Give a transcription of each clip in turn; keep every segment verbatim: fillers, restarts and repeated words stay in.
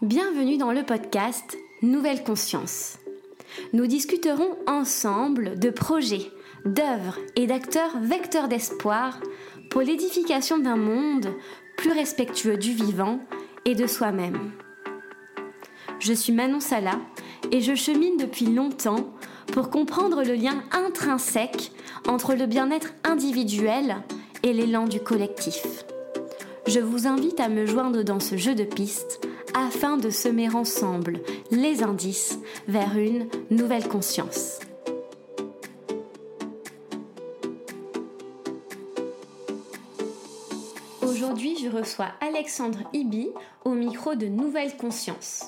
Bienvenue dans le podcast Nouvelle Conscience. Nous discuterons ensemble de projets, d'œuvres et d'acteurs vecteurs d'espoir pour l'édification d'un monde plus respectueux du vivant et de soi-même. Je suis Manon Sala et je chemine depuis longtemps pour comprendre le lien intrinsèque entre le bien-être individuel et l'élan du collectif. Je vous invite à me joindre dans ce jeu de pistes afin de semer ensemble les indices vers une nouvelle conscience. Aujourd'hui, je reçois Alexandre Ibi au micro de Nouvelle Conscience.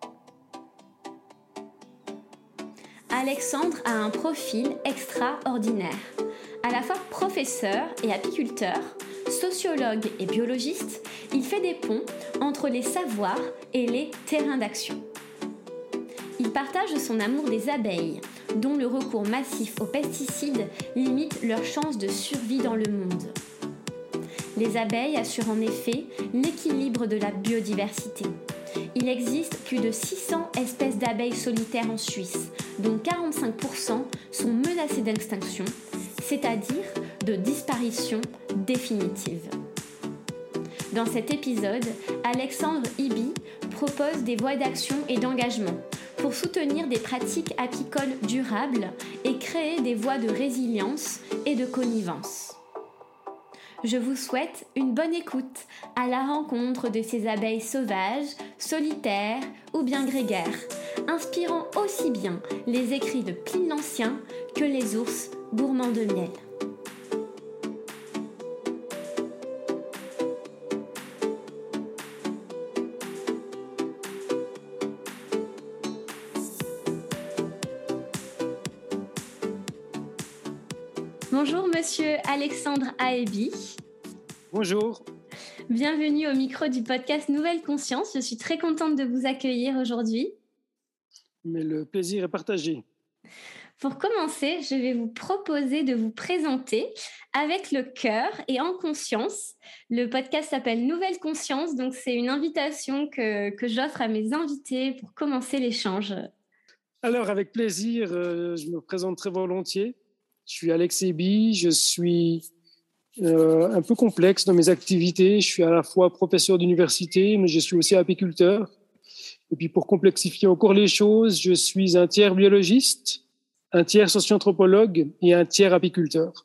Alexandre a un profil extraordinaire. À la fois professeur et apiculteur, sociologue et biologiste, il fait des ponts entre les savoirs et les terrains d'action. Il partage son amour des abeilles, dont le recours massif aux pesticides limite leurs chances de survie dans le monde. Les abeilles assurent en effet l'équilibre de la biodiversité. Il existe plus de six cents espèces d'abeilles solitaires en Suisse, dont quarante-cinq pour cent sont menacées d'extinction, c'est-à-dire de disparition définitive. Dans cet épisode, Alexandre Ibi propose des voies d'action et d'engagement pour soutenir des pratiques apicoles durables et créer des voies de résilience et de connivence. Je vous souhaite une bonne écoute à la rencontre de ces abeilles sauvages, solitaires ou bien grégaires, inspirant aussi bien les écrits de Pline l'Ancien que les ours gourmands de miel. Bonjour Monsieur Alexandre Ibi. Bonjour. Bienvenue au micro du podcast Nouvelle Conscience. Je suis très contente de vous accueillir aujourd'hui. Mais le plaisir est partagé. Pour commencer, je vais vous proposer de vous présenter avec le cœur et en conscience. Le podcast s'appelle Nouvelle Conscience, donc c'est une invitation que, que j'offre à mes invités pour commencer l'échange. Alors, avec plaisir, euh, je me présente très volontiers. Je suis Alex Ibi, je suis euh, un peu complexe dans mes activités. Je suis à la fois professeur d'université, mais je suis aussi apiculteur. Et puis, pour complexifier encore les choses, je suis un tiers biologiste, un tiers socio-anthropologue et un tiers apiculteur.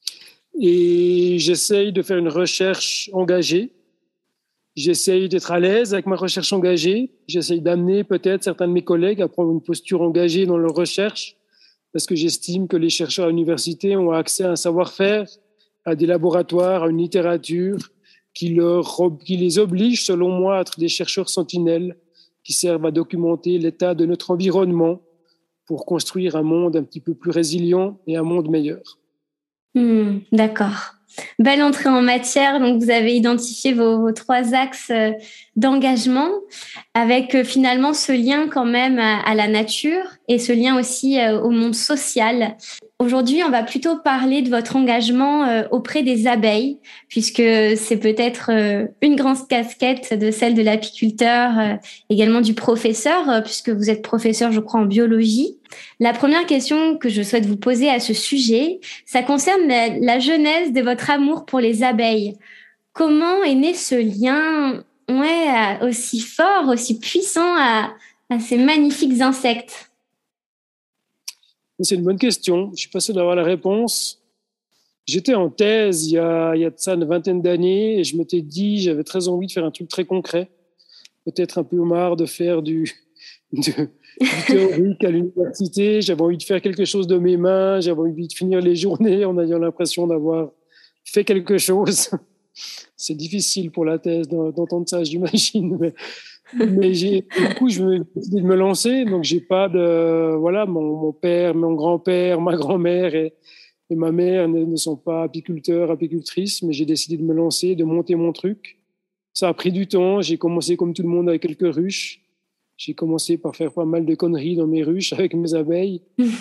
Et j'essaye de faire une recherche engagée. J'essaye d'être à l'aise avec ma recherche engagée. J'essaye d'amener peut-être certains de mes collègues à prendre une posture engagée dans leur recherche, parce que j'estime que les chercheurs à l'université ont accès à un savoir-faire, à des laboratoires, à une littérature qui, leur, qui les oblige, selon moi, à être des chercheurs sentinelles qui servent à documenter l'état de notre environnement pour construire un monde un petit peu plus résilient et un monde meilleur. Mmh, d'accord. Belle entrée en matière. Donc, vous avez identifié vos, vos trois axes d'engagement avec euh, finalement ce lien quand même à, à la nature et ce lien aussi euh, au monde social. Aujourd'hui, on va plutôt parler de votre engagement euh, auprès des abeilles, puisque c'est peut-être euh, une grande casquette de celle de l'apiculteur, euh, également du professeur, euh, puisque vous êtes professeur, je crois, en biologie. La première question que je souhaite vous poser à ce sujet, ça concerne la, la genèse de votre amour pour les abeilles. Comment est né ce lien ouais, aussi fort, aussi puissant à, à ces magnifiques insectes ? C'est une bonne question. Je ne suis pas sûr d'avoir la réponse. J'étais en thèse il y a, il y a de ça une vingtaine d'années et je m'étais dit, j'avais très envie de faire un truc très concret. Peut-être un peu marre de faire du, de, du théorique à l'université. J'avais envie de faire quelque chose de mes mains. J'avais envie de finir les journées en ayant l'impression d'avoir fait quelque chose. C'est difficile pour la thèse d'entendre ça, j'imagine. Mais, mais j'ai, du coup, je me décidé de me lancer. Donc, j'ai pas de, voilà, mon, mon père, mon grand-père, ma grand-mère et, et ma mère ne, ne sont pas apiculteurs, apicultrices, mais j'ai décidé de me lancer, de monter mon truc. Ça a pris du temps. J'ai commencé comme tout le monde avec quelques ruches. J'ai commencé par faire pas mal de conneries dans mes ruches avec mes abeilles.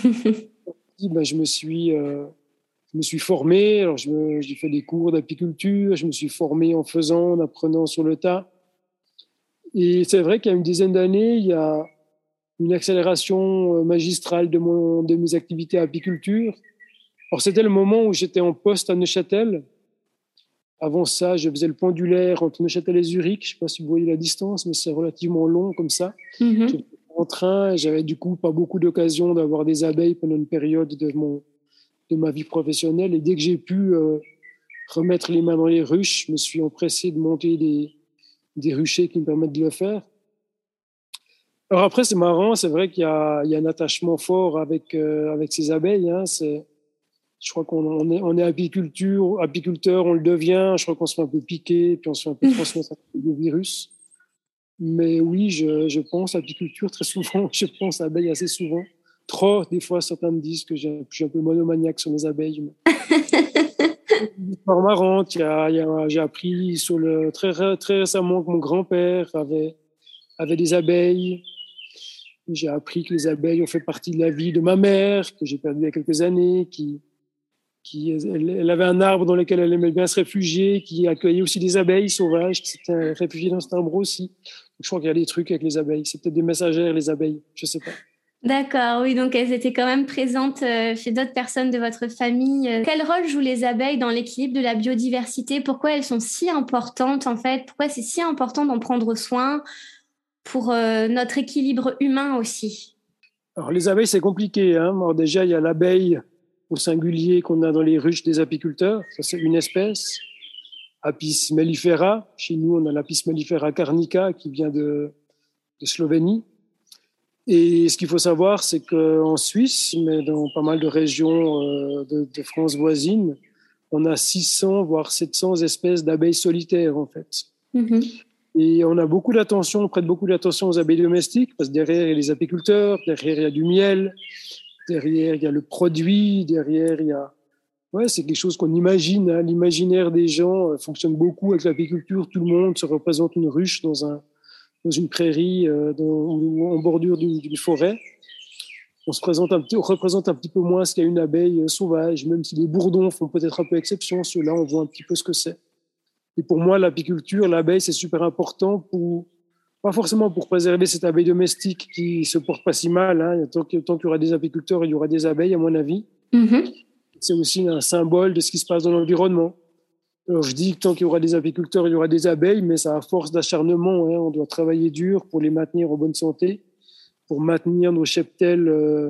Et ben, je me suis, euh, je me suis formé. Alors, je me, j'ai fait des cours d'apiculture. Je me suis formé en faisant, en apprenant sur le tas. Et c'est vrai qu'il y a une dizaine d'années, il y a une accélération magistrale de, mon, de mes activités à apiculture. Alors, c'était le moment où j'étais en poste à Neuchâtel. Avant ça, je faisais le pendulaire entre Neuchâtel et Zurich. Je ne sais pas si vous voyez la distance, mais c'est relativement long comme ça. Mm-hmm. J'étais en train, j'avais du coup pas beaucoup d'occasion d'avoir des abeilles pendant une période de, mon, de ma vie professionnelle. Et dès que j'ai pu euh, remettre les mains dans les ruches, je me suis empressé de monter des, des ruchers qui me permettent de le faire. Alors après, c'est marrant, c'est vrai qu'il y a, il y a un attachement fort avec, euh, avec ces abeilles. Hein. C'est, je crois qu'on on est, on est apiculture, apiculteur, on le devient. Je crois qu'on se fait un peu piquer, puis on se fait un peu transmettre le virus. Mais oui, je, je pense apiculture très souvent. Je pense abeilles assez souvent. Trop, des fois, certains me disent que j'ai, je suis un peu monomaniaque sur mes abeilles. Mais... c'est une histoire marrante. Il y a, il y a, j'ai appris sur le, très, très récemment que mon grand-père avait, avait des abeilles. J'ai appris que les abeilles ont fait partie de la vie de ma mère, que j'ai perdue il y a quelques années, qui... Qui, elle, elle avait un arbre dans lequel elle aimait bien se réfugier, qui accueillait aussi des abeilles sauvages, qui s'était réfugiée dans cet arbre aussi. Donc, je crois qu'il y a des trucs avec les abeilles. C'est peut-être des messagères, les abeilles, je ne sais pas. D'accord, oui, donc elles étaient quand même présentes chez d'autres personnes de votre famille. Quel rôle jouent les abeilles dans l'équilibre de la biodiversité ? Pourquoi elles sont si importantes en fait ? Pourquoi c'est si important d'en prendre soin pour euh, notre équilibre humain aussi ? Alors les abeilles, c'est compliqué. Hein. Alors, déjà, il y a l'abeille au singulier qu'on a dans les ruches des apiculteurs. Ça, c'est une espèce. Apis mellifera. Chez nous, on a l'Apis mellifera carnica qui vient de, de Slovénie. Et ce qu'il faut savoir, c'est qu'en Suisse, mais dans pas mal de régions euh, de, de France voisine, on a six cents, voire sept cents espèces d'abeilles solitaires, en fait. Mm-hmm. Et on a beaucoup d'attention, on prête beaucoup d'attention aux abeilles domestiques, parce que derrière, il y a les apiculteurs, derrière, il y a du miel, derrière, il y a le produit, derrière, il y a... Ouais, c'est quelque chose qu'on imagine. Hein. L'imaginaire des gens euh, fonctionne beaucoup avec l'apiculture. Tout le monde se représente une ruche dans, un, dans une prairie euh, dans, ou en bordure d'une, d'une forêt. On se présente un petit, on représente un petit peu moins ce qu'est une abeille euh, sauvage, même si les bourdons font peut-être un peu exception. Ceux-là, on voit un petit peu ce que c'est. Et pour moi, l'apiculture, l'abeille, c'est super important pour... Pas forcément pour préserver cette abeille domestique qui se porte pas si mal. Hein. Tant, que, tant qu'il y aura des apiculteurs, il y aura des abeilles, à mon avis. Mm-hmm. C'est aussi un symbole de ce qui se passe dans l'environnement. Alors, je dis que tant qu'il y aura des apiculteurs, il y aura des abeilles, mais ça a force d'acharnement. Hein. On doit travailler dur pour les maintenir en bonne santé, pour maintenir nos cheptels euh,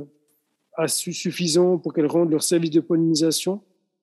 suffisants pour qu'elles rendent leur service de pollinisation.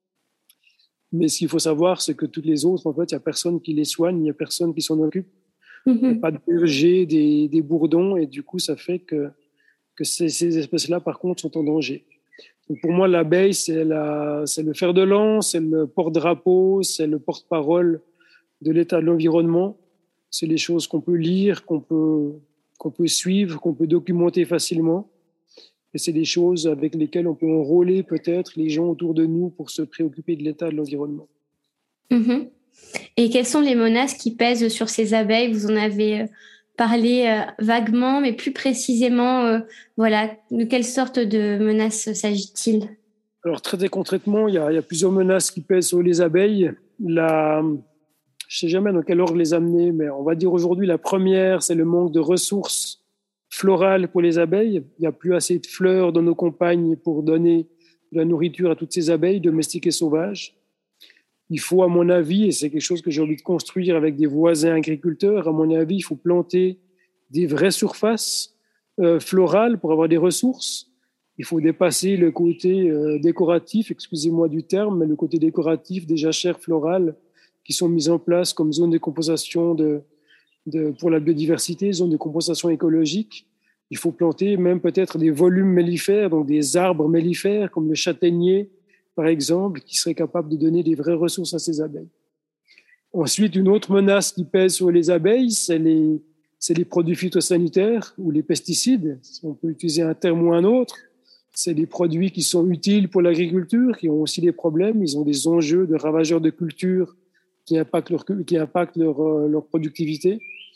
Mais ce qu'il faut savoir, c'est que toutes les autres, en fait, il n'y a personne qui les soigne, il n'y a personne qui s'en occupe. Mm-hmm. Il n'y a pas de berger, des, des bourdons, et du coup, ça fait que, que ces, ces espèces-là, par contre, sont en danger. Donc pour moi, l'abeille, c'est, la, c'est le fer de lance, c'est le porte-drapeau, c'est le porte-parole de l'état de l'environnement. C'est les choses qu'on peut lire, qu'on peut, qu'on peut suivre, qu'on peut documenter facilement. Et c'est des choses avec lesquelles on peut enrôler peut-être les gens autour de nous pour se préoccuper de l'état de l'environnement. Mmh. Et quelles sont les menaces qui pèsent sur ces abeilles ? Vous en avez parlé euh, vaguement, mais plus précisément, euh, voilà, de quelle sorte de menaces s'agit-il ? Alors, très concrètement, il y, a, il y a plusieurs menaces qui pèsent sur les abeilles. La, je ne sais jamais dans quel ordre les amener, mais on va dire aujourd'hui la première, c'est le manque de ressources florales pour les abeilles. Il n'y a plus assez de fleurs dans nos campagnes pour donner de la nourriture à toutes ces abeilles, domestiques et sauvages. Il faut, à mon avis, et c'est quelque chose que j'ai envie de construire avec des voisins agriculteurs, à mon avis, il faut planter des vraies surfaces euh, florales pour avoir des ressources. Il faut dépasser le côté euh, décoratif, excusez-moi du terme, mais le côté décoratif des jachères florales qui sont mises en place comme zone de compensation de, de, pour la biodiversité, zone de compensation écologique. Il faut planter même peut-être des volumes mellifères, donc des arbres mellifères comme le châtaignier, par exemple, qui seraient capables de donner des vraies ressources à ces abeilles. Ensuite, une autre menace qui pèse sur les abeilles, c'est les, c'est les produits phytosanitaires ou les pesticides. On peut utiliser un terme ou un autre. C'est des produits qui sont utiles pour l'agriculture, qui ont aussi des problèmes. Ils ont des enjeux de ravageurs de culture qui impactent leur, qui impactent leur, leur productivité.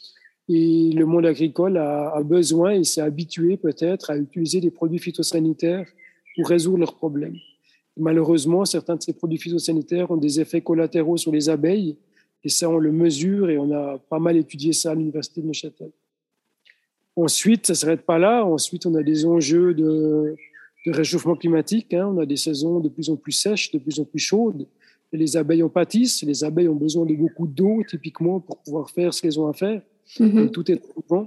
Et le monde agricole a, a besoin et s'est habitué peut-être à utiliser des produits phytosanitaires pour résoudre leurs problèmes. Malheureusement, certains de ces produits phytosanitaires ont des effets collatéraux sur les abeilles Et ça, on le mesure et on a pas mal étudié ça à l'Université de Neuchâtel. Ensuite, ça ne s'arrête pas là. Ensuite, on a des enjeux de, de réchauffement climatique. Hein. On a des saisons de plus en plus sèches, de plus en plus chaudes. Et les abeilles en pâtissent. Les abeilles ont besoin de beaucoup d'eau, typiquement, pour pouvoir faire ce qu'elles ont à faire. Mm-hmm. Tout est mouvant.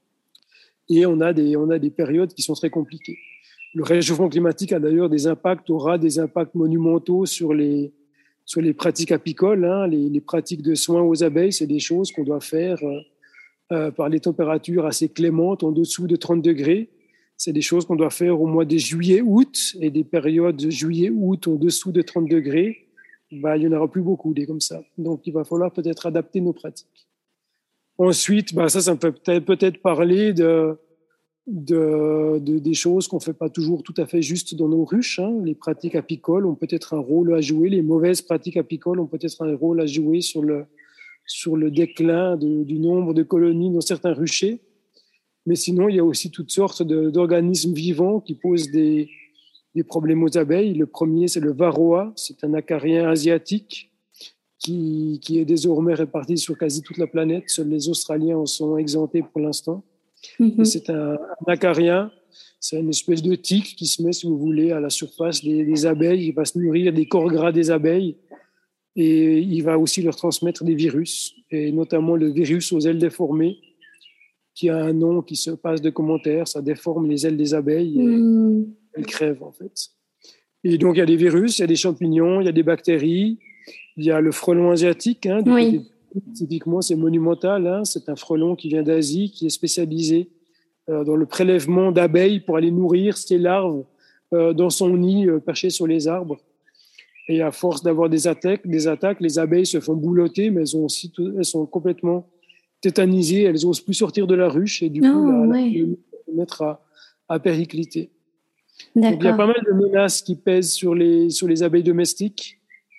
Et on a, des, on a des périodes qui sont très compliquées. Le réchauffement climatique a d'ailleurs des impacts, aura des impacts monumentaux sur les, sur les pratiques apicoles. Hein. Les, les pratiques de soins aux abeilles, c'est des choses qu'on doit faire euh, euh, par les températures assez clémentes, en dessous de trente degrés. C'est des choses qu'on doit faire au mois de juillet-août, et des périodes de juillet-août en dessous de trente degrés, bah, il n'y en aura plus beaucoup, des comme ça. Donc, il va falloir peut-être adapter nos pratiques. Ensuite, bah, ça, ça me fait peut-être, peut-être parler de, de, de, des choses qu'on ne fait pas toujours tout à fait juste dans nos ruches. Hein. Les pratiques apicoles ont peut-être un rôle à jouer, les mauvaises pratiques apicoles ont peut-être un rôle à jouer sur le, sur le déclin de, du nombre de colonies dans certains ruchers. Mais sinon, il y a aussi toutes sortes de, d'organismes vivants qui posent des, des problèmes aux abeilles. Le premier, c'est le varroa, c'est un acarien asiatique qui, qui est désormais réparti sur quasi toute la planète. Seuls les Australiens en sont exemptés pour l'instant. Mm-hmm. Et c'est un, un acarien, c'est une espèce de tique qui se met, si vous voulez, à la surface des, des abeilles. Il va se nourrir des corps gras des abeilles et il va aussi leur transmettre des virus, et notamment le virus aux ailes déformées, qui a un nom qui se passe de commentaires, ça déforme les ailes des abeilles et mmh. elles crèvent en fait. Et donc il y a des virus, il y a des champignons, il y a des bactéries, il y a le frelon asiatique, hein, oui. typiquement c'est monumental, hein, c'est un frelon qui vient d'Asie, qui est spécialisé euh, dans le prélèvement d'abeilles pour aller nourrir ses larves euh, dans son nid euh, perché sur les arbres. Et à force d'avoir des attaques, des attaques, les abeilles se font boulotter, mais elles, ont aussi tout, elles sont complètement tétanisées, elles n'osent plus sortir de la ruche et du oh, coup, la, ouais. la, la mettre à, à péricliter. Donc, il y a pas mal de menaces qui pèsent sur les, sur les abeilles domestiques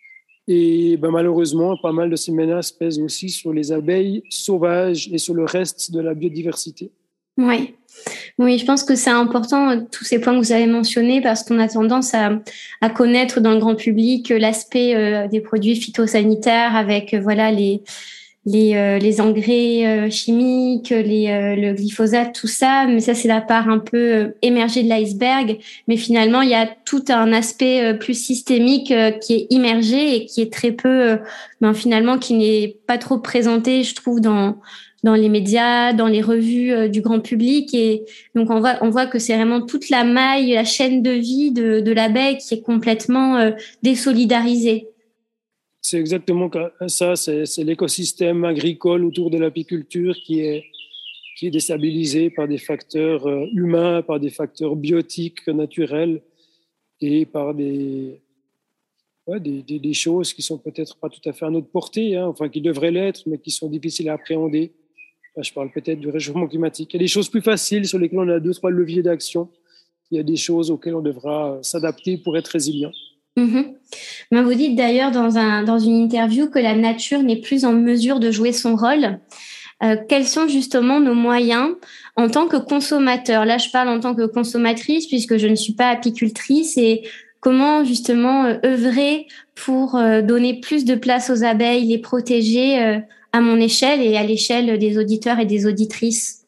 et ben, malheureusement, pas mal de ces menaces pèsent aussi sur les abeilles sauvages et sur le reste de la biodiversité. Oui. Oui, je pense que c'est important, tous ces points que vous avez mentionnés, parce qu'on a tendance à, à connaître dans le grand public l'aspect euh, des produits phytosanitaires avec euh, voilà les les, euh, les engrais euh, chimiques, les, euh, le glyphosate, tout ça. Mais ça, c'est la part un peu euh, émergée de l'iceberg. Mais finalement, il y a tout un aspect euh, plus systémique euh, qui est immergé et qui est très peu, euh, ben, finalement, qui n'est pas trop présenté, je trouve, dans dans les médias, dans les revues euh, du grand public. Et donc, on voit, on voit que c'est vraiment toute la maille, la chaîne de vie de, de l'abeille qui est complètement euh, désolidarisée. C'est exactement ça, c'est, c'est l'écosystème agricole autour de l'apiculture qui est, qui est déstabilisé par des facteurs humains, par des facteurs biotiques naturels et par des, ouais, des, des, des choses qui sont peut-être pas tout à fait à notre portée, hein, enfin qui devraient l'être, mais qui sont difficiles à appréhender. Là, je parle peut-être du réchauffement climatique. Il y a des choses plus faciles sur lesquelles on a deux, trois leviers d'action. Il y a des choses auxquelles on devra s'adapter pour être résilient. Mmh. Ben, vous dites d'ailleurs dans, un, dans une interview que la nature n'est plus en mesure de jouer son rôle. Euh, quels sont justement nos moyens en tant que consommateur? Là, je parle en tant que consommatrice puisque je ne suis pas apicultrice, et comment justement euh, œuvrer pour euh, donner plus de place aux abeilles, les protéger euh, à mon échelle et à l'échelle des auditeurs et des auditrices?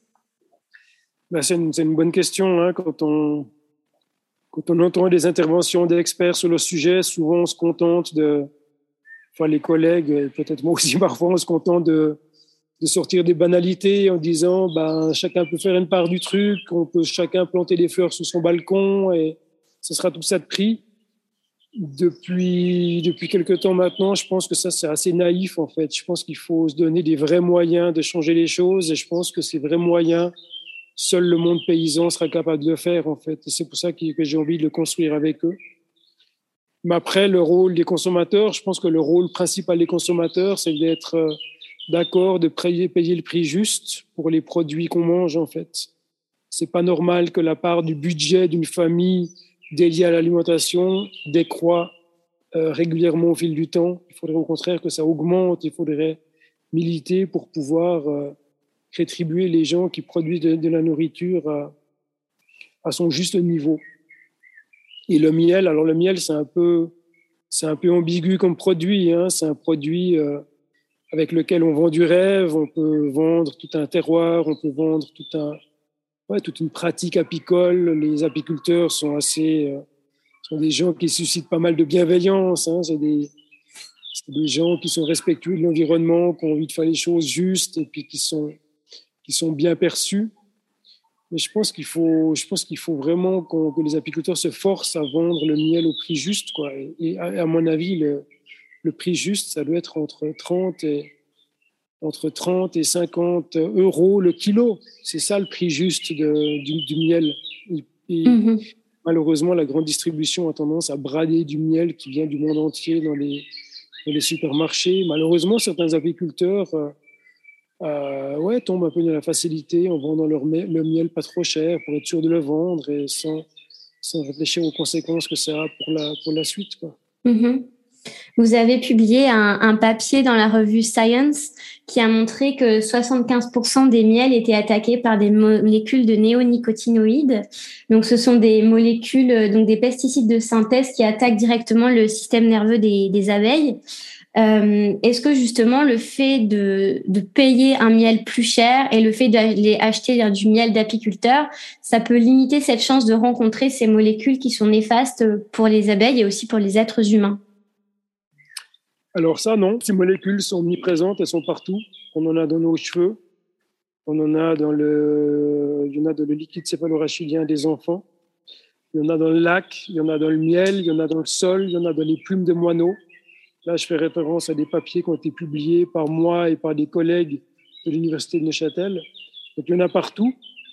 Ben, c'est, une, c'est une bonne question, hein, quand on... Quand on entend des interventions d'experts sur le sujet, souvent on se contente de, enfin les collègues, et peut-être moi aussi parfois, on se contente de, de sortir des banalités en disant ben, chacun peut faire une part du truc, on peut chacun planter des fleurs sur son balcon et ce sera tout ça de prix. Depuis, depuis quelques temps maintenant, je pense que ça c'est assez naïf en fait. Je pense qu'il faut se donner des vrais moyens de changer les choses et je pense que ces vrais moyens, seul le monde paysan sera capable de le faire, en fait. Et c'est pour ça que j'ai envie de le construire avec eux. Mais après, le rôle des consommateurs, je pense que le rôle principal des consommateurs, c'est d'être d'accord, de payer, payer le prix juste pour les produits qu'on mange, en fait. C'est pas normal que la part du budget d'une famille dédiée à l'alimentation décroît euh, régulièrement au fil du temps. Il faudrait au contraire que ça augmente. Il faudrait militer pour pouvoir... Euh, rétribuer les gens qui produisent de, de la nourriture à, à son juste niveau. Et le miel, alors le miel, c'est un peu, c'est un peu ambigu comme produit, hein. C'est un produit euh, avec lequel on vend du rêve, on peut vendre tout un terroir, on peut vendre tout un, ouais, toute une pratique apicole. Les apiculteurs sont assez, euh, sont des gens qui suscitent pas mal de bienveillance. Hein. C'est des, c'est des gens qui sont respectueux de l'environnement, qui ont envie de faire les choses justes et puis qui sont, qui sont bien perçus. Mais je pense qu'il faut, je pense qu'il faut vraiment qu'on, que les apiculteurs se forcent à vendre le miel au prix juste, quoi. Et, et à, à mon avis, le, le prix juste, ça doit être entre trente et, entre trente et cinquante euros le kilo. C'est ça le prix juste de, du, du miel. Et, et mm-hmm. Malheureusement, la grande distribution a tendance à brader du miel qui vient du monde entier dans les, dans les supermarchés. Malheureusement, certains apiculteurs euh, euh, ouais, tombent un peu dans la facilité en vendant leur miel, le miel pas trop cher pour être sûr de le vendre et sans, sans réfléchir aux conséquences que ça a pour la, pour la suite, quoi. Mm-hmm. Vous avez publié un, un papier dans la revue Science qui a montré que soixante-quinze pour cent des miels étaient attaqués par des molécules de néonicotinoïdes. Donc, ce sont des molécules, donc des pesticides de synthèse qui attaquent directement le système nerveux des, des abeilles. Euh, est-ce que justement le fait de, de payer un miel plus cher et le fait d'aller acheter du miel d'apiculteurs, ça peut limiter cette chance de rencontrer ces molécules qui sont néfastes pour les abeilles et aussi pour les êtres humains? Alors ça, non. Ces molécules sont omniprésentes, elles sont partout. On en a dans nos cheveux, on en a dans le, il y en a dans le liquide céphalorachidien des enfants, il y en a dans le lac, il y en a dans le miel, il y en a dans le sol, il y en a dans les plumes de moineaux. Là, je fais référence à des papiers qui ont été publiés par moi et par des collègues de l'Université de Neuchâtel. Donc, il y en a partout.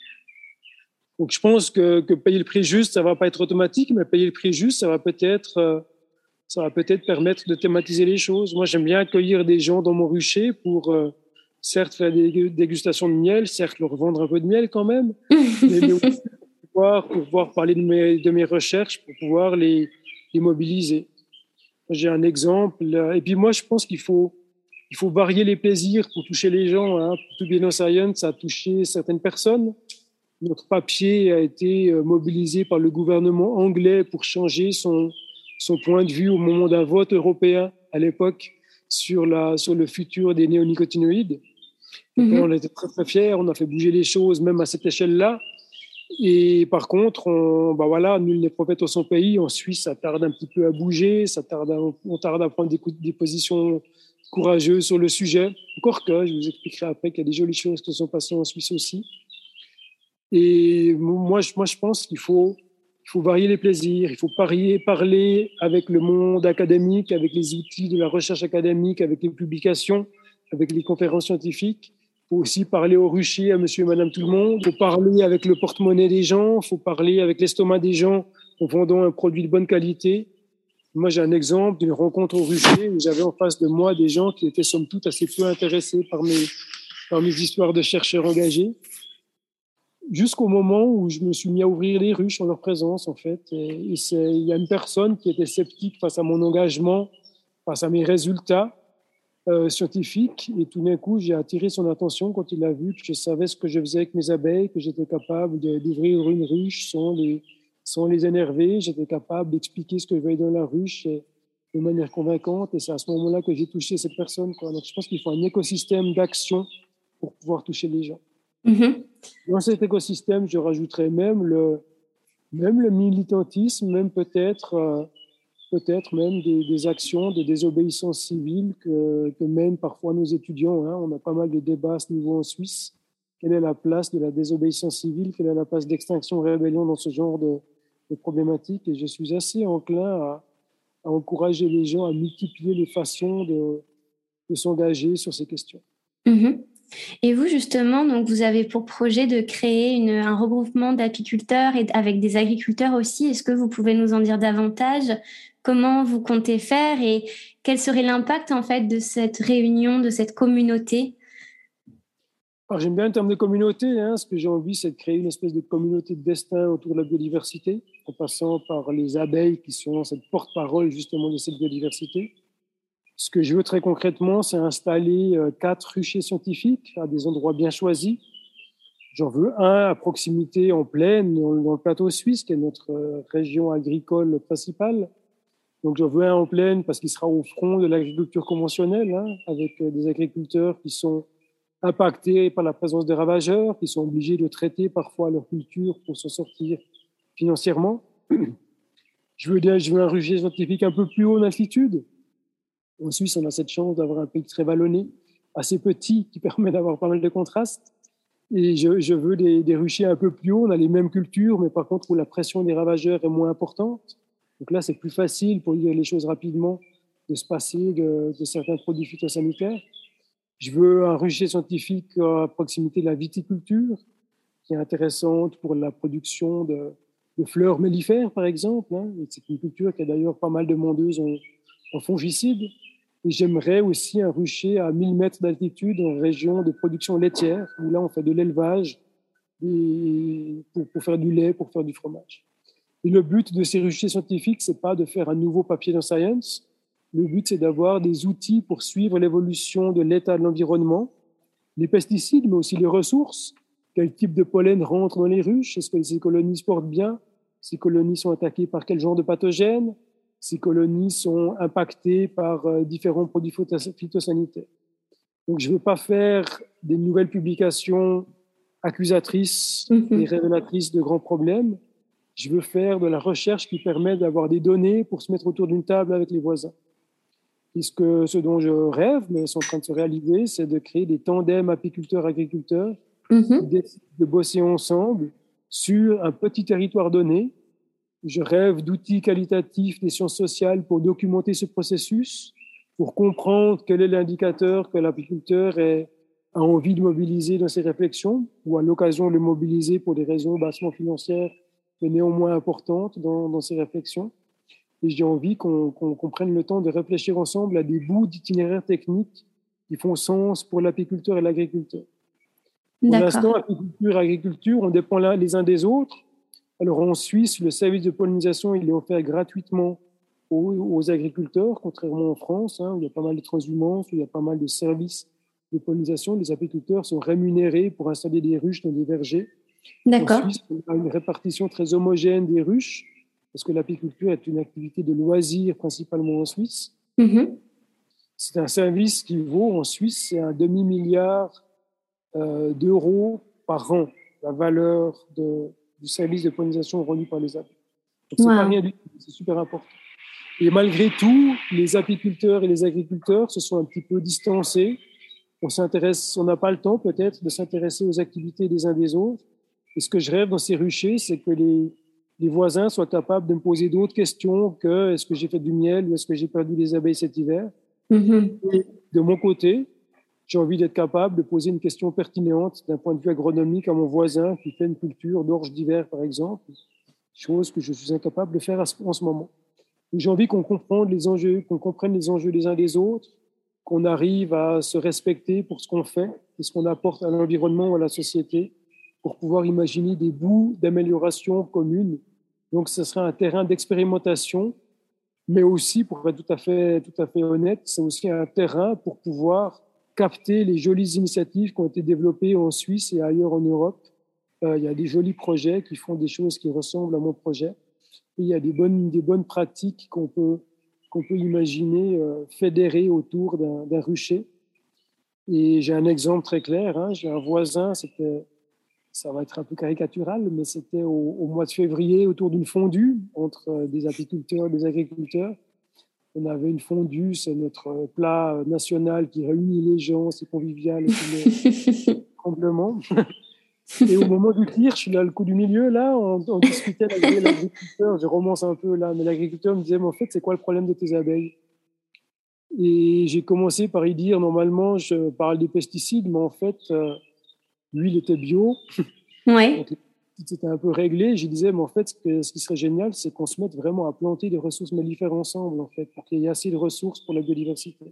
Donc, je pense que, que payer le prix juste, ça ne va pas être automatique, mais payer le prix juste, ça va peut-être... Euh, ça va peut-être permettre de thématiser les choses. Moi, j'aime bien accueillir des gens dans mon rucher pour, euh, certes, faire des dégustations de miel, certes, leur vendre un peu de miel quand même, mais, mais aussi pour pouvoir, pour pouvoir parler de mes, de mes recherches, pour pouvoir les, les mobiliser. J'ai un exemple. Et puis moi, je pense qu'il faut, il faut varier les plaisirs pour toucher les gens. Hein. To Be No Science a touché certaines personnes. Notre papier a été mobilisé par le gouvernement anglais pour changer son... son point de vue au moment d'un vote européen à l'époque sur, la, sur le futur des néonicotinoïdes. Mm-hmm. On était très, très fiers, on a fait bouger les choses même à cette échelle-là. Et par contre, on, bah voilà, nul n'est prophète au son pays. En Suisse, ça tarde un petit peu à bouger, ça tarde à, on tarde à prendre des, des positions courageuses sur le sujet. Encore que, je vous expliquerai après qu'il y a des jolies choses qui se sont passées en Suisse aussi. Et moi, je, moi, je pense qu'il faut... Il faut varier les plaisirs, il faut parier, parler avec le monde académique, avec les outils de la recherche académique, avec les publications, avec les conférences scientifiques. Il faut aussi parler au rucher, à monsieur et madame tout le monde. Il faut parler avec le porte-monnaie des gens, il faut parler avec l'estomac des gens en vendant un produit de bonne qualité. Moi, j'ai un exemple d'une rencontre au rucher où j'avais en face de moi des gens qui étaient somme toute assez peu intéressés par mes, par mes histoires de chercheurs engagés. Jusqu'au moment où je me suis mis à ouvrir les ruches en leur présence, en fait. Et, et c'est, il y a une personne qui était sceptique face à mon engagement, face à mes résultats euh, scientifiques. Et tout d'un coup, j'ai attiré son attention quand il a vu que je savais ce que je faisais avec mes abeilles, que j'étais capable de, d'ouvrir une ruche sans les, sans les énerver. J'étais capable d'expliquer ce que je voyais dans la ruche et, de manière convaincante. Et c'est à ce moment-là que j'ai touché cette personne, quoi. Donc, je pense qu'il faut un écosystème d'action pour pouvoir toucher les gens. Mm-hmm. Dans cet écosystème, je rajouterais même le, même le militantisme, même peut-être, euh, peut-être même des, des actions de désobéissance civile que, que mènent parfois nos étudiants. Hein. On a pas mal de débats à ce niveau en Suisse. Quelle est la place de la désobéissance civile? Quelle est la place d'extinction rébellion dans ce genre de, de problématiques? Et je suis assez enclin à, à encourager les gens à multiplier les façons de, de s'engager sur ces questions. Mm-hmm. Et vous, justement, donc vous avez pour projet de créer une, un regroupement d'apiculteurs et avec des agriculteurs aussi. Est-ce que vous pouvez nous en dire davantage? Comment vous comptez faire et quel serait l'impact en fait de cette réunion, de cette communauté? Alors, j'aime bien le terme de communauté. Hein. Ce que j'ai envie, c'est de créer une espèce de communauté de destin autour de la biodiversité, en passant par les abeilles qui sont cette porte-parole justement de cette biodiversité. Ce que je veux très concrètement, c'est installer quatre ruchers scientifiques à des endroits bien choisis. J'en veux un à proximité en plaine, dans le plateau suisse, qui est notre région agricole principale. Donc, j'en veux un en plaine parce qu'il sera au front de l'agriculture conventionnelle, hein, avec des agriculteurs qui sont impactés par la présence des ravageurs, qui sont obligés de traiter parfois leur culture pour s'en sortir financièrement. Je veux, je veux un rucher scientifique un peu plus haut en altitude. En Suisse, on a cette chance d'avoir un pays très vallonné, assez petit, qui permet d'avoir pas mal de contrastes. Et je, je veux des, des ruchers un peu plus hauts. On a les mêmes cultures, mais par contre où la pression des ravageurs est moins importante. Donc là, c'est plus facile pour dire les choses rapidement, de se passer de, de certains produits phytosanitaires. Je veux un rucher scientifique à proximité de la viticulture, qui est intéressante pour la production de, de fleurs mellifères, par exemple. Hein. C'est une culture qui a d'ailleurs pas mal de mondeuses en, en fongicides. Et j'aimerais aussi un rucher à mille mètres d'altitude en région de production laitière, où là, on fait de l'élevage pour, pour faire du lait, pour faire du fromage. Et le but de ces ruchers scientifiques, c'est pas de faire un nouveau papier dans Science. Le but, c'est d'avoir des outils pour suivre l'évolution de l'état de l'environnement, les pesticides, mais aussi les ressources. Quel type de pollen rentre dans les ruches? Est-ce que ces colonies se portent bien? Ces colonies sont attaquées par quel genre de pathogènes? Ces colonies sont impactées par euh, différents produits phytosanitaires. Donc, je ne veux pas faire des nouvelles publications accusatrices mm-hmm. et révélatrices de grands problèmes. Je veux faire de la recherche qui permet d'avoir des données pour se mettre autour d'une table avec les voisins. Puisque ce dont je rêve, mais c'est en train de se réaliser, c'est de créer des tandems apiculteurs-agriculteurs mm-hmm. qui décident de bosser ensemble sur un petit territoire donné. Je rêve d'outils qualitatifs des sciences sociales pour documenter ce processus, pour comprendre quel est l'indicateur que l'apiculteur est, a envie de mobiliser dans ses réflexions, ou à l'occasion de le mobiliser pour des raisons bassement financières, mais néanmoins importantes dans, dans ses réflexions. Et j'ai envie qu'on, qu'on, qu'on prenne le temps de réfléchir ensemble à des bouts d'itinéraires techniques qui font sens pour l'apiculteur et l'agriculteur. Pour D'accord. l'instant, apiculture et agriculture, on dépend là les uns des autres. Alors en Suisse, le service de pollinisation, il est offert gratuitement aux, aux agriculteurs, contrairement en France, hein, où il y a pas mal de transhumances, où il y a pas mal de services de pollinisation. Les apiculteurs sont rémunérés pour installer des ruches dans des vergers. D'accord. En Suisse, on a une répartition très homogène des ruches, parce que l'apiculture est une activité de loisir principalement en Suisse. Mm-hmm. C'est un service qui vaut en Suisse, c'est un demi-milliard euh, d'euros par an, la valeur de, du service de pollinisation rendu par les abeilles. Donc, c'est wow. pas rien du tout, c'est super important. Et malgré tout, les apiculteurs et les agriculteurs se sont un petit peu distancés. On s'intéresse, on n'a pas le temps peut-être de s'intéresser aux activités des uns des autres. Et ce que je rêve dans ces ruchers, c'est que les les voisins soient capables de me poser d'autres questions que est-ce que j'ai fait du miel ou est-ce que j'ai perdu des abeilles cet hiver. Mm-hmm. Et de mon côté, j'ai envie d'être capable de poser une question pertinente d'un point de vue agronomique à mon voisin qui fait une culture d'orge d'hiver, par exemple, chose que je suis incapable de faire en ce moment. Et j'ai envie qu'on comprenne les enjeux, qu'on comprenne les enjeux des uns des autres, qu'on arrive à se respecter pour ce qu'on fait et ce qu'on apporte à l'environnement ou à la société, pour pouvoir imaginer des bouts d'amélioration commune. Donc, ce serait un terrain d'expérimentation, mais aussi, pour être tout à fait, tout à fait honnête, c'est aussi un terrain pour pouvoir capter les jolies initiatives qui ont été développées en Suisse et ailleurs en Europe. Euh, il y a des jolis projets qui font des choses qui ressemblent à mon projet. Et il y a des bonnes, des bonnes pratiques qu'on peut, qu'on peut imaginer euh, fédérer autour d'un, d'un rucher. Et j'ai un exemple très clair. Hein. J'ai un voisin, c'était... ça va être un peu caricatural, mais c'était au, au mois de février autour d'une fondue entre des apiculteurs et des agriculteurs. On avait une fondue, c'est notre plat national qui réunit les gens, c'est convivial, c'est tremblement. Et au moment du kirsch, là, le coup du milieu, là, on, on discutait avec l'agriculteur, je romance un peu là, mais l'agriculteur me disait, mais en fait, c'est quoi le problème de tes abeilles? Et j'ai commencé par y dire, normalement, je parle des pesticides, mais en fait, euh, lui, il était bio. Ouais. Donc, c'était un peu réglé. Je disais, mais en fait, ce, que, ce qui serait génial, c'est qu'on se mette vraiment à planter des ressources mellifères ensemble, en fait, pour qu'il y ait assez de ressources pour la biodiversité.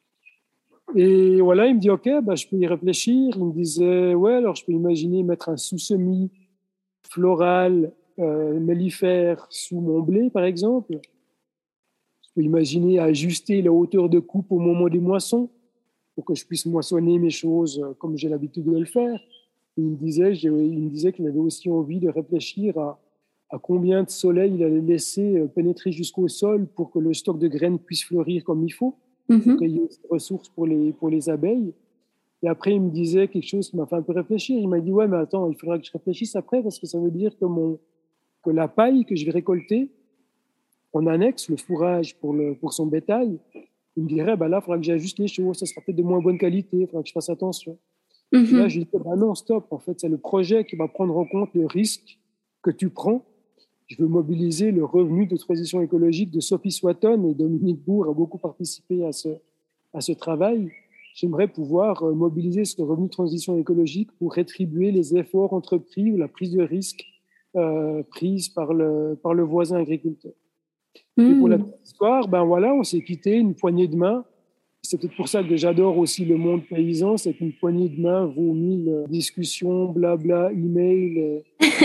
Et voilà, il me dit, OK, bah, je peux y réfléchir. Il me disait, ouais, alors je peux imaginer mettre un sous-semis floral euh, mellifère sous mon blé, par exemple. Je peux imaginer ajuster la hauteur de coupe au moment des moissons pour que je puisse moissonner mes choses comme j'ai l'habitude de le faire. Il me disait, il me disait qu'il avait aussi envie de réfléchir à à combien de soleil il allait laisser pénétrer jusqu'au sol pour que le stock de graines puisse fleurir comme il faut, mm-hmm. pour qu'il y ait des ressources pour les, pour les abeilles. Et après, il me disait quelque chose qui m'a fait un peu réfléchir. Il m'a dit, ouais, mais attends, il faudra que je réfléchisse après parce que ça veut dire que, mon, que la paille que je vais récolter, en annexe, le fourrage pour, le, pour son bétail, il me dirait, bah là, il faudra que j'ajuste les choses, ça sera peut-être de moins bonne qualité, il faudra que je fasse attention. Mm-hmm. Et là, je lui dis, bah non, stop, en fait, c'est le projet qui va prendre en compte le risque que tu prends. Je veux mobiliser le revenu de transition écologique de Sophie Swatton, et Dominique Bourg a beaucoup participé à ce, à ce travail. J'aimerais pouvoir mobiliser ce revenu de transition écologique pour rétribuer les efforts entrepris ou la prise de risque euh, prise par le, par le voisin agriculteur. Mmh. Et pour la petite histoire, ben voilà, on s'est quitté une poignée de main. C'est peut-être pour ça que j'adore aussi le monde paysan, c'est qu'une poignée de main vaut mille discussions, blabla, email.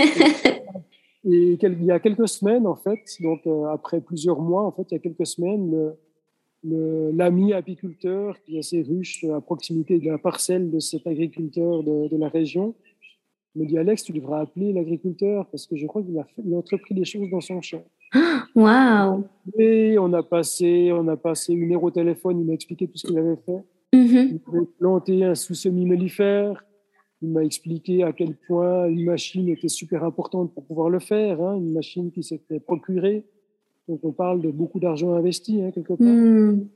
Et il y a quelques semaines, en fait, donc euh, après plusieurs mois, en fait, il y a quelques semaines, le, le, l'ami apiculteur qui a ses ruches à proximité de la parcelle de cet agriculteur de, de la région me dit, Alex, tu devras appeler l'agriculteur parce que je crois qu'il a, fait, il a entrepris des choses dans son champ. Waouh! Et on a passé, on a passé une heure au téléphone, il m'a expliqué tout ce qu'il avait fait. Mm-hmm. Il avait planté un sous-semis mellifère. Il m'a expliqué à quel point une machine était super importante pour pouvoir le faire, hein, une machine qui s'était procurée. Donc, on parle de beaucoup d'argent investi, hein, quelque part. Mm.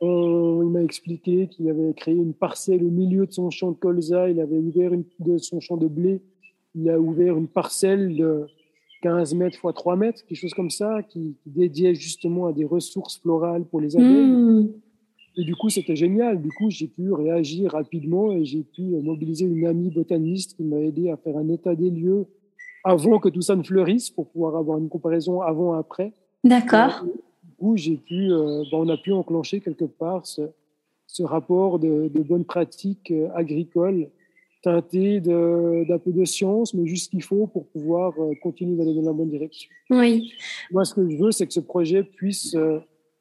On, il m'a expliqué qu'il avait créé une parcelle au milieu de son champ de colza. Il avait ouvert une, de son champ de blé. Il a ouvert une parcelle de quinze mètres fois trois mètres, quelque chose comme ça, qui, qui dédiait justement à des ressources florales pour les abeilles. Mm. Et du coup, c'était génial. Du coup, j'ai pu réagir rapidement et j'ai pu mobiliser une amie botaniste qui m'a aidé à faire un état des lieux avant que tout ça ne fleurisse pour pouvoir avoir une comparaison avant-après. D'accord. Et, du coup, j'ai pu, euh, ben, on a pu enclencher quelque part ce, ce rapport de, de bonnes pratiques agricoles teinté de, d'un peu de science, mais juste ce qu'il faut pour pouvoir continuer d'aller dans la bonne direction. Oui. Moi, ce que je veux, c'est que ce projet puisse euh,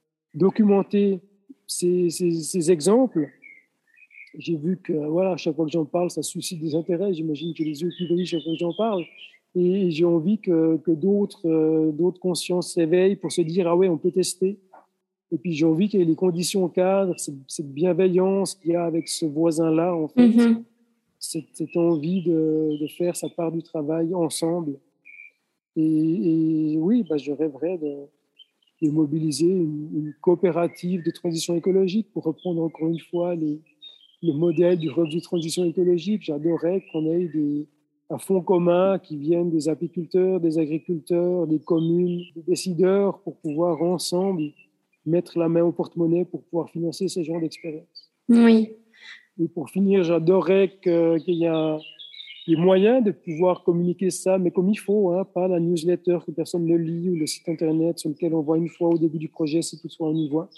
documenter Ces, ces, ces exemples. J'ai vu que, voilà, à chaque fois que j'en parle, ça suscite des intérêts. J'imagine que les yeux qui brillent chaque fois que j'en parle. Et j'ai envie que, que d'autres, euh, d'autres consciences s'éveillent pour se dire, ah ouais, on peut tester. Et puis, j'ai envie qu'il y ait les conditions cadres, cette, cette bienveillance qu'il y a avec ce voisin-là, en fait. Mm-hmm. Cette, cette envie de, de faire sa part du travail ensemble. Et, et oui, bah, je rêverais de... et mobiliser une, une coopérative de transition écologique pour reprendre encore une fois les, le modèle du revenu de transition écologique. J'adorerais qu'on ait des, un fonds commun qui vienne des apiculteurs, des agriculteurs, des communes, des décideurs pour pouvoir ensemble mettre la main au porte-monnaie pour pouvoir financer ce genre d'expérience. Oui. Et pour finir, j'adorerais que, qu'il y ait un les moyens de pouvoir communiquer ça, mais comme il faut, hein, pas la newsletter que personne ne lit ou le site internet sur lequel on voit une fois au début du projet si toutefois on y voit.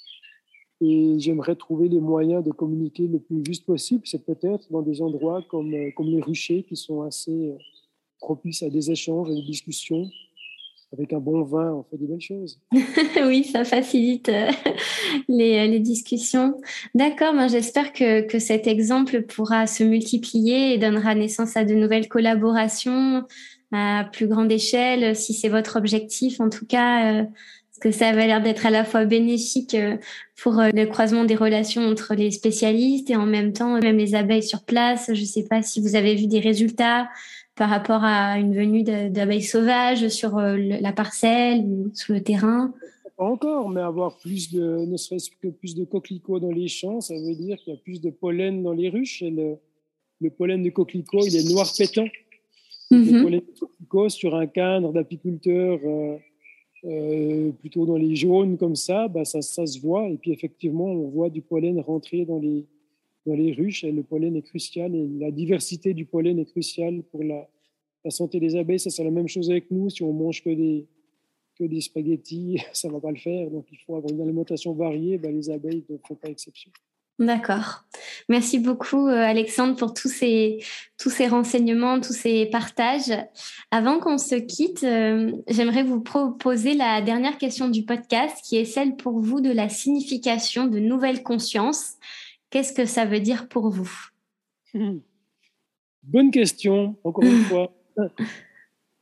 Et j'aimerais trouver les moyens de communiquer le plus juste possible. C'est peut-être dans des endroits comme, comme les ruchers qui sont assez propices à des échanges, à des discussions. Avec un bon vin, on fait des belles choses. Oui, ça facilite les, les discussions. D'accord, ben j'espère que, que cet exemple pourra se multiplier et donnera naissance à de nouvelles collaborations à plus grande échelle, si c'est votre objectif en tout cas, euh, parce que ça avait l'air d'être à la fois bénéfique pour le croisement des relations entre les spécialistes et en même temps, même les abeilles sur place. Je ne sais pas si vous avez vu des résultats par rapport à une venue d'abeilles sauvages sur la parcelle ou sur le terrain? Pas encore, mais avoir plus de, ne serait-ce que plus de coquelicots dans les champs, ça veut dire qu'il y a plus de pollen dans les ruches. Et le, le pollen de coquelicot, il est noir pétant. Mm-hmm. Le pollen de coquelicot sur un cadre d'apiculteur euh, euh, plutôt dans les jaunes comme ça, bah ça, ça se voit. Et puis effectivement, on voit du pollen rentrer dans les dans les ruches, et le pollen est crucial, et la diversité du pollen est cruciale pour la, la santé des abeilles. Ça, c'est la même chose avec nous. Si on mange que des, que des spaghettis, ça ne va pas le faire. Donc, il faut avoir une alimentation variée. Ben, les abeilles ne font pas exception. D'accord. Merci beaucoup, Alexandre, pour tous ces, tous ces renseignements, tous ces partages. Avant qu'on se quitte, euh, j'aimerais vous proposer la dernière question du podcast, qui est celle pour vous de la signification de nouvelle conscience. Qu'est-ce que ça veut dire pour vous? Bonne question, encore une fois.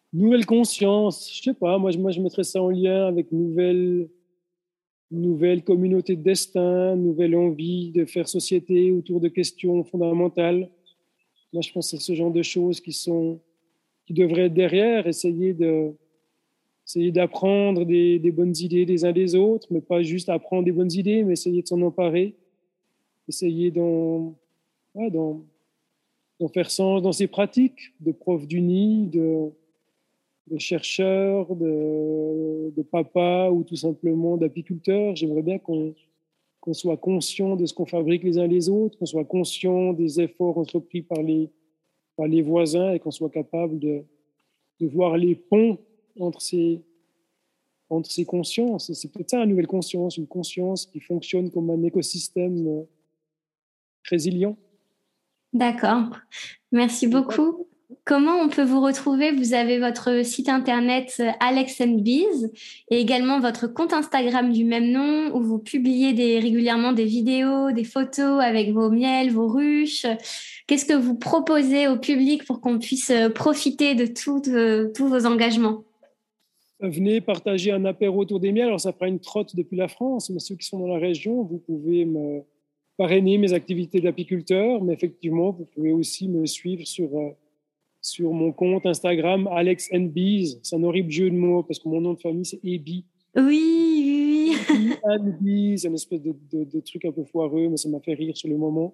Nouvelle conscience, je sais pas, moi, moi je mettrais ça en lien avec nouvelle, nouvelle communauté de destin, nouvelle envie de faire société autour de questions fondamentales. Moi, je pense que c'est ce genre de choses qui, sont, qui devraient être derrière, essayer, de, essayer d'apprendre des, des bonnes idées des uns des autres, mais pas juste apprendre des bonnes idées, mais essayer de s'en emparer, essayer d'en, ouais, d'en, d'en faire sens dans ses pratiques, de prof d'uni, de de chercheurs, de, de papas ou tout simplement d'apiculteurs. J'aimerais bien qu'on, qu'on soit conscient de ce qu'on fabrique les uns les autres, qu'on soit conscient des efforts entrepris par les, par les voisins et qu'on soit capable de, de voir les ponts entre ces, entre ces consciences. C'est peut-être ça, la nouvelle conscience, une conscience qui fonctionne comme un écosystème résilient. D'accord. Merci beaucoup. Comment on peut vous retrouver? Vous avez votre site internet Alex and Bees et également votre compte Instagram du même nom où vous publiez des, régulièrement des vidéos, des photos avec vos miels, vos ruches. Qu'est-ce que vous proposez au public pour qu'on puisse profiter de tout, de, tous vos engagements? Venez partager un apéro autour des miels. Alors, ça fera une trotte depuis la France, mais ceux qui sont dans la région, vous pouvez me parrainer mes activités d'apiculteur. Mais effectivement, vous pouvez aussi me suivre sur... sur mon compte Instagram, Alex and Bees. C'est un horrible jeu de mots parce que mon nom de famille, c'est Eby. Oui, oui, oui. And Bees, une espèce de, de, de truc un peu foireux, mais ça m'a fait rire sur le moment.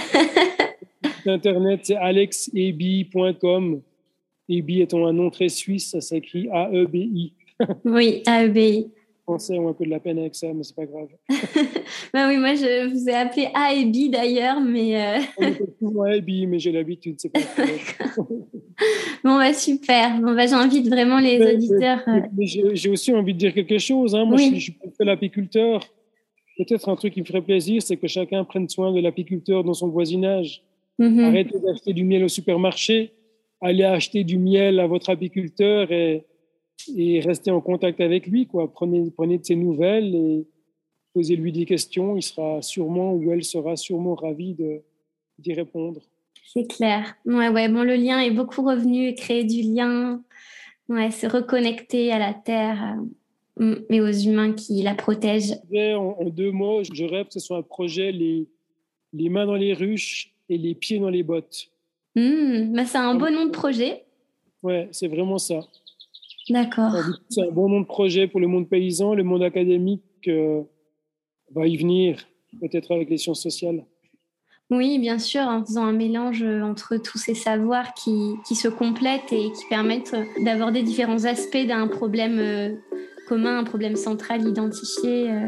Internet, c'est alex eby point com. Eby étant un nom très suisse, ça s'écrit A E B I. Oui, A E B I. Les Français ont un peu de la peine avec ça, mais c'est pas grave. Ben oui, moi je vous ai appelé A E B I d'ailleurs, mais. Euh... On est souvent A E B I, mais j'ai l'habitude, c'est pas grave. Bon, bah super. Bon, bah, j'invite vraiment les mais, auditeurs. Mais, mais j'ai, j'ai aussi envie de dire quelque chose. Hein. Moi, oui. je, je suis pas l'apiculteur. Peut-être un truc qui me ferait plaisir, c'est que chacun prenne soin de l'apiculteur dans son voisinage. Mm-hmm. Arrêtez d'acheter du miel au supermarché. Allez acheter du miel à votre apiculteur et, et restez en contact avec lui, quoi. Prenez, prenez de ses nouvelles et posez-lui des questions. Il sera sûrement ou elle sera sûrement ravie de, d'y répondre. C'est clair. Ouais, ouais. Bon, le lien est beaucoup revenu, créer du lien, ouais, se reconnecter à la terre, euh, mais aux humains qui la protègent. En, en deux mots, je rêve que ce soit un projet les, les mains dans les ruches et les pieds dans les bottes. Mmh, bah c'est un beau nom de projet. Ouais, c'est vraiment ça. D'accord. C'est un bon nom de projet pour le monde paysan. Le monde académique euh, va y venir, peut-être avec les sciences sociales. Oui, bien sûr, en faisant un mélange entre tous ces savoirs qui, qui se complètent et qui permettent d'aborder différents aspects d'un problème euh, commun, un problème central identifié. Euh.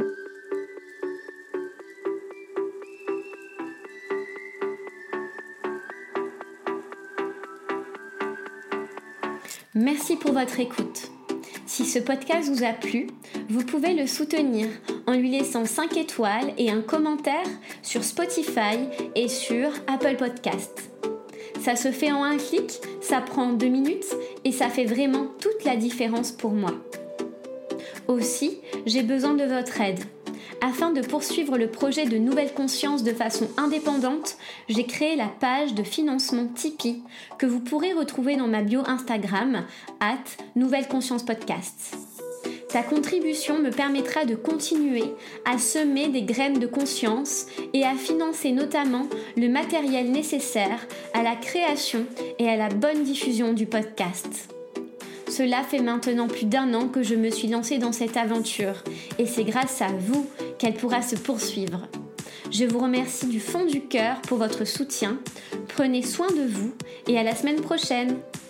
Merci pour votre écoute. Si ce podcast vous a plu, vous pouvez le soutenir en lui laissant cinq étoiles et un commentaire sur Spotify et sur Apple Podcasts. Ça se fait en un clic, ça prend deux minutes et ça fait vraiment toute la différence pour moi. Aussi, j'ai besoin de votre aide. Afin de poursuivre le projet de Nouvelle Conscience de façon indépendante, j'ai créé la page de financement Tipeee que vous pourrez retrouver dans ma bio Instagram arobase Nouvelle Conscience Podcast. Ta contribution me permettra de continuer à semer des graines de conscience et à financer notamment le matériel nécessaire à la création et à la bonne diffusion du podcast. Cela fait maintenant plus d'un an que je me suis lancée dans cette aventure et c'est grâce à vous qu'elle pourra se poursuivre. Je vous remercie du fond du cœur pour votre soutien. Prenez soin de vous et à la semaine prochaine.